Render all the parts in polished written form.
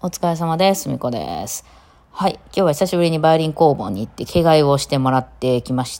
お疲れ様です。みこです。はい。今日は久しぶりにバイオリン工房に行って毛替えをしてもらってきました。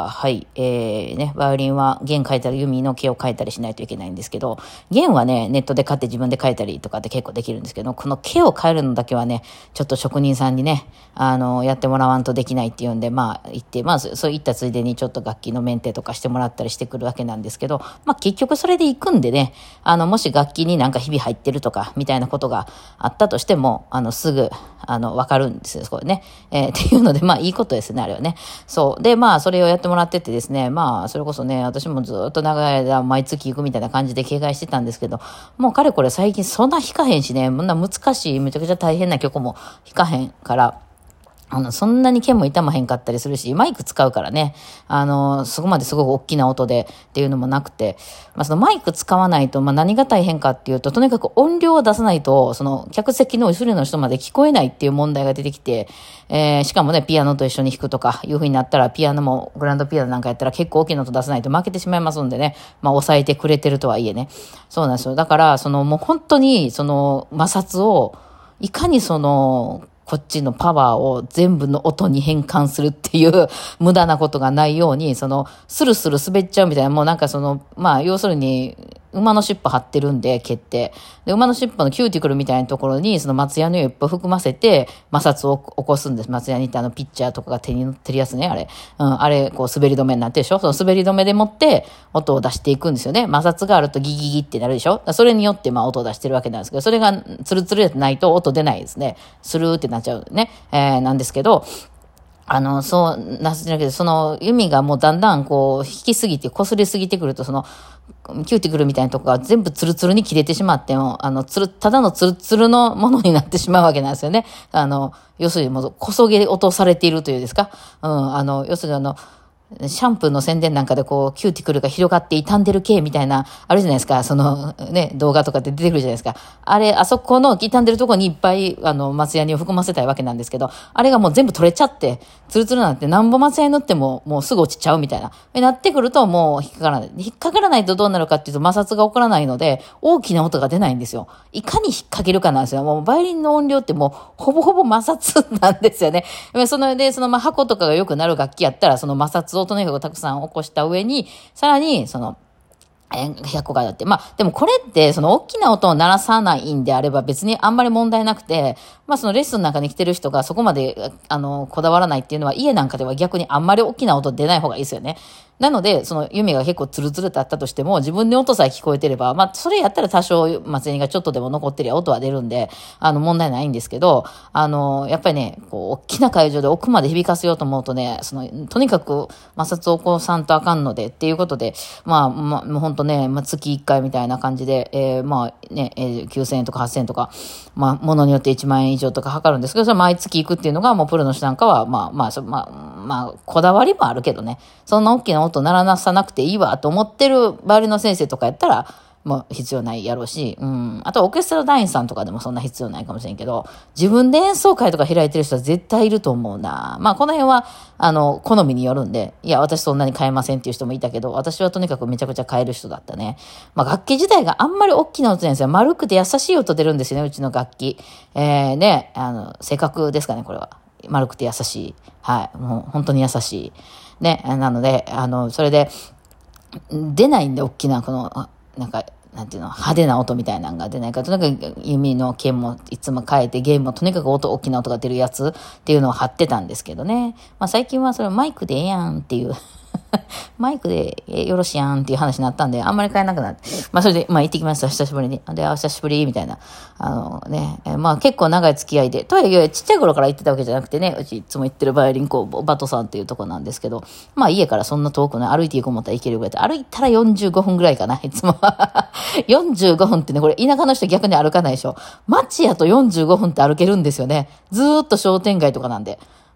はい。バイオリンは弦変えたり弓の毛を変えたりしないといけないんですけど、弦はね、ネットで買って自分で変えたりとかって結構できるんですけど、この毛を変えるのだけはね、ちょっと職人さんにね、やってもらわんとできないっていうんで、行って、そういったついでにちょっと楽器のメンテとかしてもらったりしてくるわけなんですけど、結局それで行くんでね、もし楽器になんかひび入ってるとか、みたいなことがあったとしても、すぐ、わかるんですよ、これね。っていうので、いいことですね、あれはね。そう。で、それをやってもらっててですね、それこそね、私もずっと長い間、毎月行くみたいな感じで警戒してたんですけど、もうかれこれ最近そんな弾かへんしね、こんな難しい、めちゃくちゃ大変な曲も弾かへんから、そんなに剣も痛まへんかったりするし、マイク使うからね、そこまですごく大きな音でっていうのもなくて、そのマイク使わないと、何が大変かっていうと、とにかく音量を出さないと、その客席の後ろの人まで聞こえないっていう問題が出てきて、しかもね、ピアノと一緒に弾くとかいう風になったら、ピアノもグランドピアノなんかやったら結構大きな音出さないと負けてしまいますんでね、抑えてくれてるとはいえね。そうなんですよ。だから、もう本当に、摩擦を、いかにこっちのパワーを全部の音に変換するっていう無駄なことがないように、スルスル滑っちゃうみたいな、もうなんか要するに、馬の尻尾張ってるんで、毛って。で、馬の尻尾のキューティクルみたいなところに、松ヤニをいっぱい含ませて、摩擦を起こすんです。松ヤニってピッチャーとかが手に乗ってるやつね、あれ。あれ、滑り止めになってるでしょ。その滑り止めでもって、音を出していくんですよね。摩擦があるとギギギってなるでしょ。それによって、音を出してるわけなんですけど、それがツルツルでないと音出ないですね。スルーってなっちゃうね。なんですけど、そうなすじゃなくて、弓がもうだんだん引きすぎて、擦りすぎてくると、キューティクルみたいなとこが全部ツルツルに切れてしまっても、ただのツルツルのものになってしまうわけなんですよね。要するにもう、こそげ落とされているというですか。要するにシャンプーの宣伝なんかでキューティクルが広がって傷んでる系みたいな、あるじゃないですか。動画とかで出てくるじゃないですか。あそこの傷んでるところにいっぱい、松ヤニを含ませたいわけなんですけど、あれがもう全部取れちゃって、ツルツルになって、なんぼ松ヤニ塗っても、もうすぐ落ちちゃうみたいな。なってくると、もう引っかからない。引っかからないとどうなるかっていうと、摩擦が起こらないので、大きな音が出ないんですよ。いかに引っ掛けるかなんですよ。もう、バイオリンの音量ってもう、ほぼほぼ摩擦なんですよね。箱とかが良くなる楽器やったら、摩擦をとにかくたくさん起こした上に、さらに、100個がだって。でもこれって、大きな音を鳴らさないんであれば別にあんまり問題なくて、レッスンなんかに来てる人がそこまで、こだわらないっていうのは、家なんかでは逆にあんまり大きな音出ない方がいいですよね。なので、弓が結構ツルツルとあったとしても、自分で音さえ聞こえてれば、それやったら多少、松ヤニがちょっとでも残ってりゃ音は出るんで、問題ないんですけど、やっぱりね、大きな会場で奥まで響かせようと思うとね、とにかく摩擦を起こさんとあかんので、っていうことで、もうほんとね、月1回みたいな感じで、9000円とか8000円とか、ものによって1万円以上とかかかるんですけど、それ毎月行くっていうのが、もうプロの人なんかは、こだわりもあるけどね、そんな大きな音鳴らさなくていいわと思ってるバイオリンの先生とかやったら、もう必要ないやろうし、あとオーケストラ団員さんとかでもそんな必要ないかもしれんけど、自分で演奏会とか開いてる人は絶対いると思うな。この辺は、好みによるんで、いや、私そんなに変えませんっていう人もいたけど、私はとにかくめちゃくちゃ変える人だったね。楽器自体があんまり大きな音じゃないんですよ。丸くて優しい音出るんですよね、うちの楽器。性格ですかね、これは。丸くて優しい。はい。もう本当に優しい。ね。なので、それで、出ないんで、大きな、なんていうの、派手な音みたいなのが出ないから、とにかく弓の剣もいつも変えて、弦もとにかく大きな音が出るやつっていうのを貼ってたんですけどね。最近はそれマイクでええやんっていう。マイクでよろしいやんっていう話になったんで、あんまり変えなくなって。それで、行ってきました、久しぶりに。で、久しぶり、みたいな。結構長い付き合いで。とはいえ、ちっちゃい頃から行ってたわけじゃなくてね、うちいつも行ってるバイオリン工房、バトさんっていうとこなんですけど、家からそんな遠くね、歩いて行こう思ったら行けるぐらいで、歩いたら45分ぐらいかな、いつも。45分ってね、これ田舎の人逆に歩かないでしょ。街やと45分って歩けるんですよね。ずーっと商店街とかなんで。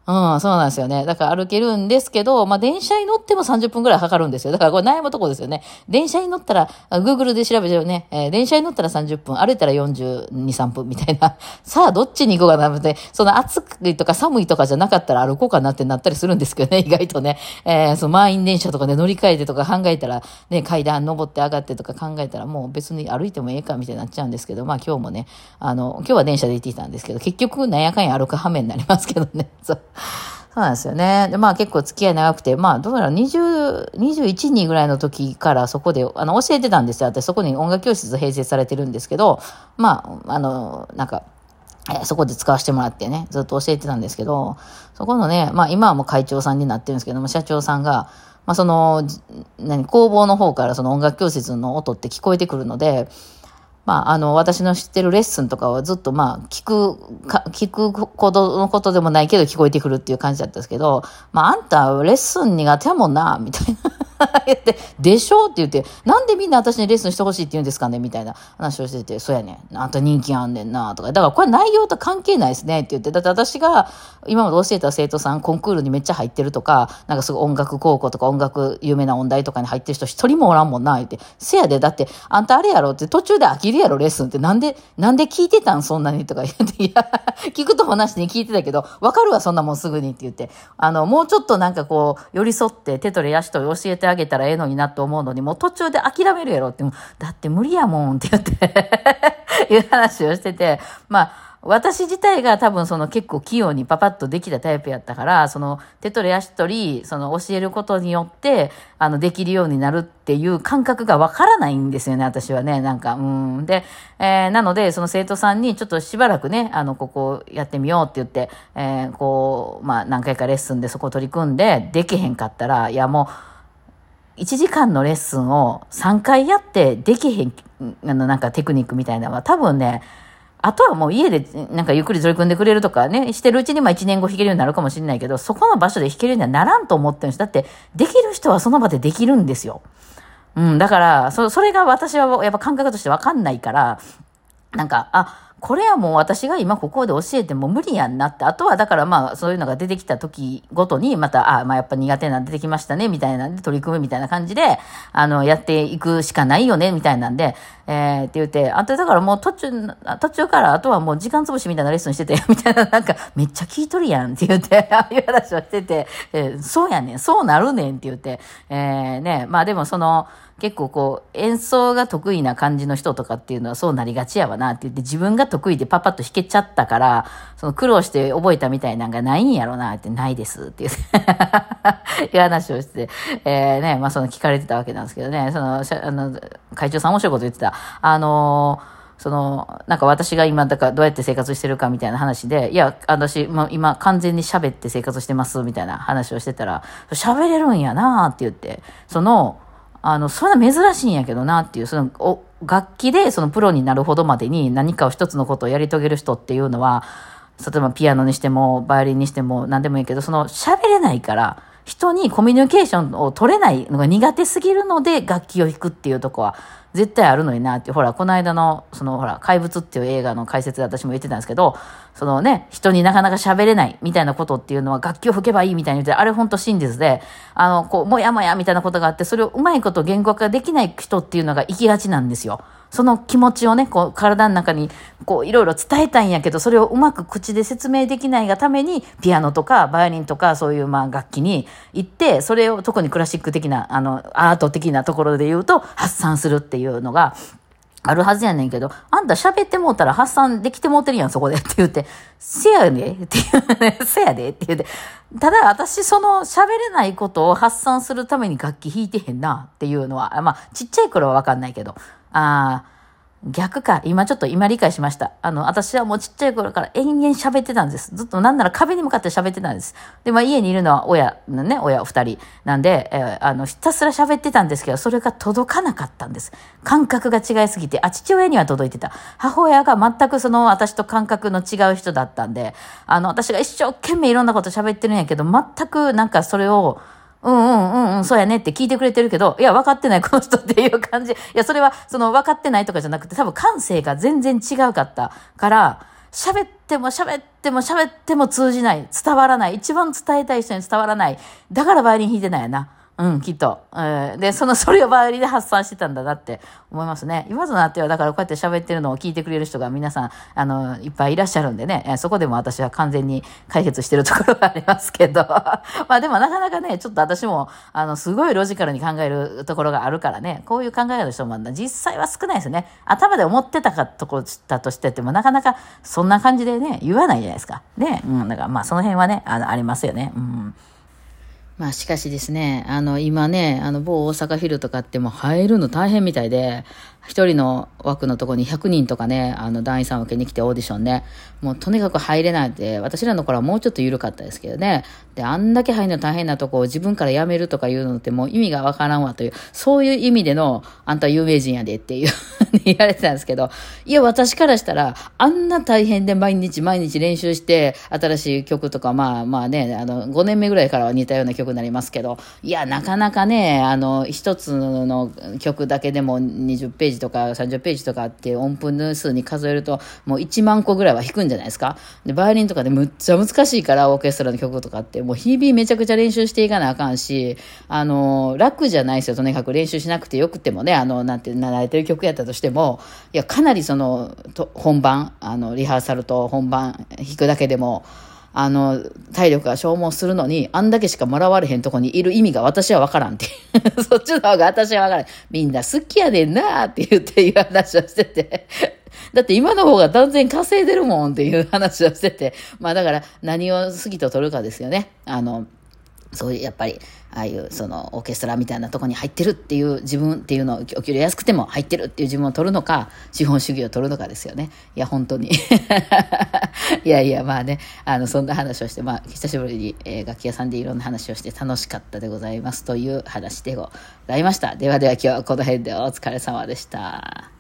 うん、そうなんですよね。だから歩けるんですけど、まあ、電車に乗っても30分くらいかかるんですよ。だからこれ悩むとこですよね。電車に乗ったら、Google で調べてるね、電車に乗ったら30分、歩いたら42、3分みたいな。さあ、どっちに行こうかなって、その暑いとか寒いとかじゃなかったら歩こうかなってなったりするんですけどね、意外とね。その満員電車とかで乗り換えてとか考えたら、ね、階段登って上がってとか考えたら、もう別に歩いてもええかみたいになっちゃうんですけど、まあ今日もね、今日は電車で行ってきたんですけど、結局なんやかんや歩く羽目になりますけどね。そうなんですよね。で、まあ結構付き合い長くて、まあどうやら20、21、2ぐらいの時からそこで、教えてたんですよ。私そこに音楽教室併設されてるんですけど、まあ、なんか、そこで使わせてもらってね、ずっと教えてたんですけど、そこのね、まあ今はもう会長さんになってるんですけども、社長さんが、まあ工房の方からその音楽教室の音って聞こえてくるので、まあ、私の知ってるレッスンとかはずっとまあ、聞くことのことでもないけど聞こえてくるっていう感じだったんですけど、まあ、あんたレッスン苦手やもんな、みたいな言って、でしょって言って、なんでみんな私にレッスンしてほしいって言うんですかねみたいな話をしてて、そうやねん。あんた人気あんねんな、とか。だからこれ内容と関係ないですねって言って、だって私が今まで教えた生徒さん、コンクールにめっちゃ入ってるとか、なんかすごい音楽高校とか音楽有名な音大とかに入ってる人一人もおらんもんな、言って。せやで、だってあんたあれやろって途中で飽きるやろ、レッスンって。なんで聞いてたんそんなにとか言って、いや、聞くともなしに聞いてたけど、わかるわ、そんなもんすぐにって言って。もうちょっとなんかこう、寄り添って手取り足取り教えてあげたらええのになと思うのに、もう途中で諦めるやろって、だって無理やもんって言っていう話をしてて、まあ、私自体が多分その結構器用にパパッとできたタイプやったから、その手取り足取り、その教えることによって、できるようになるっていう感覚がわからないんですよね、私はね、なんか、で、なので、その生徒さんにちょっとしばらくね、ここやってみようって言って、まあ何回かレッスンでそこ取り組んで、できへんかったら、いやもう、1時間のレッスンを3回やってできへん、なんかテクニックみたいなのは多分ね、あとはもう家でなんかゆっくり取り組んでくれるとかね、してるうちに1年後弾けるようになるかもしれないけど、そこの場所で弾けるようにはならんと思ってるんです。だって、できる人はその場でできるんですよ。だから、それが私はやっぱ感覚としてわかんないから、なんか、これはもう私が今ここで教えても無理やんなって、あとはだからまあそういうのが出てきた時ごとにまた、まあやっぱ苦手なの出てきましたね、みたいなんで取り組むみたいな感じで、やっていくしかないよね、みたいなんで、って言って、あとだからもう途中からあとはもう時間潰しみたいなレッスンしてて、みたいな、なんかめっちゃ聞いとるやんって言って、ああいう話をしてて、そうやねん、そうなるねんって言って、まあでも結構こう演奏が得意な感じの人とかっていうのはそうなりがちやわなって言って、自分が得意でパパッと弾けちゃったから、その苦労して覚えたみたいなんがないんやろなって、ないですって言っていう話をして、まあ聞かれてたわけなんですけどね、会長さん面白いこと言ってた。なんか私が今、だからどうやって生活してるかみたいな話で、いや、私、もう今完全に喋って生活してますみたいな話をしてたら、喋れるんやなって言って、それは珍しいんやけどなっていう、楽器でプロになるほどまでに何かを一つのことをやり遂げる人っていうのは、例えばピアノにしても、バイオリンにしても何でもいいけど、喋れないから、人にコミュニケーションを取れないのが苦手すぎるので楽器を弾くっていうとこは絶対あるのになって、ほら、この間の、怪物っていう映画の解説で私も言ってたんですけど、人になかなか喋れないみたいなことっていうのは楽器を吹けばいいみたいに言って、あれ本当真実で、もやもやみたいなことがあって、それをうまいこと言語化できない人っていうのが生きがちなんですよ。その気持ちをね、体の中に、いろいろ伝えたいんやけど、それをうまく口で説明できないがために、ピアノとか、バイオリンとか、そういう、楽器に行って、それを特にクラシック的な、アート的なところで言うと、発散するっていうのが、あるはずやねんけど、あんた喋ってもうたら発散できてもうてるやん、そこでって言って、せやでっていうね、せやでって言って、ただ私喋れないことを発散するために楽器弾いてへんなっていうのは、ちっちゃい頃はわかんないけど、逆か。今理解しました。私はもうちっちゃい頃から延々喋ってたんです。ずっとなんなら壁に向かって喋ってたんです。で、家にいるのは親二人なんで、ひたすら喋ってたんですけど、それが届かなかったんです。感覚が違いすぎて、父親には届いてた。母親が全く私と感覚の違う人だったんで、私が一生懸命いろんなこと喋ってるんやけど、全くなんかそれを、そうやねって聞いてくれてるけど、いや、分かってない、この人っていう感じ。いや、それは、分かってないとかじゃなくて、多分感性が全然違うかったから、 喋っても喋っても喋っても通じない。伝わらない。一番伝えたい人に伝わらない。だからバイオリン弾いてないやな。きっと。で、それをバイオリンで発散してたんだなって思いますね。今となっては、だからこうやって喋ってるのを聞いてくれる人が皆さん、いっぱいいらっしゃるんでね、そこでも私は完全に解決してるところがありますけど。まあでもなかなかね、ちょっと私も、すごいロジカルに考えるところがあるからね、こういう考え方の人も実際は少ないですよね。頭で思ってたところだとしても、なかなかそんな感じでね、言わないじゃないですか。ね。だからまあその辺はね、ありますよね。まあしかしですね、今ね、某大阪フィルとかってもう入るの大変みたいで、一人の枠のとこに100人とかね、団員さん受けに来てオーディションね、もうとにかく入れないで、私らの頃はもうちょっと緩かったですけどね、で、あんだけ入るの大変なとこを自分から辞めるとかいうのってもう意味がわからんわという、そういう意味での、あんた有名人やでっていう言われてたんですけど、いや、私からしたら、あんな大変で毎日練習して、新しい曲とか、まあね、5年目ぐらいからは似たような曲になりますけど、いや、なかなかね、一つの曲だけでも20ページとか30ページとかって音符数に数えると、もう1万個ぐらいは弾くんじゃないですか。で、バイオリンとかでむっちゃ難しいから、オーケストラの曲とかって、もう日々めちゃくちゃ練習していかなあかんし、楽じゃないですよ。とにかく練習しなくてよくてもね、慣れてる曲やったとしても、いや、かなり本番、リハーサルと本番弾くだけでも、体力が消耗するのに、あんだけしかもらわれへんとこにいる意味が私はわからんって。そっちの方が私はわからん。みんな好きやねんなって言っていう話をしてて。だって今の方が断然稼いでるもんっていう話をしてて。まあだから何を好きと取るかですよね。そういう、やっぱり、ああいう、オーケストラみたいなとこに入ってるっていう自分っていうのを、お給料安くても入ってるっていう自分を取るのか、資本主義を取るのかですよね。いや、本当に。いや、まあね、そんな話をして、まあ、久しぶりに、楽器屋さんでいろんな話をして楽しかったでございますという話でございました。では今日はこの辺でお疲れ様でした。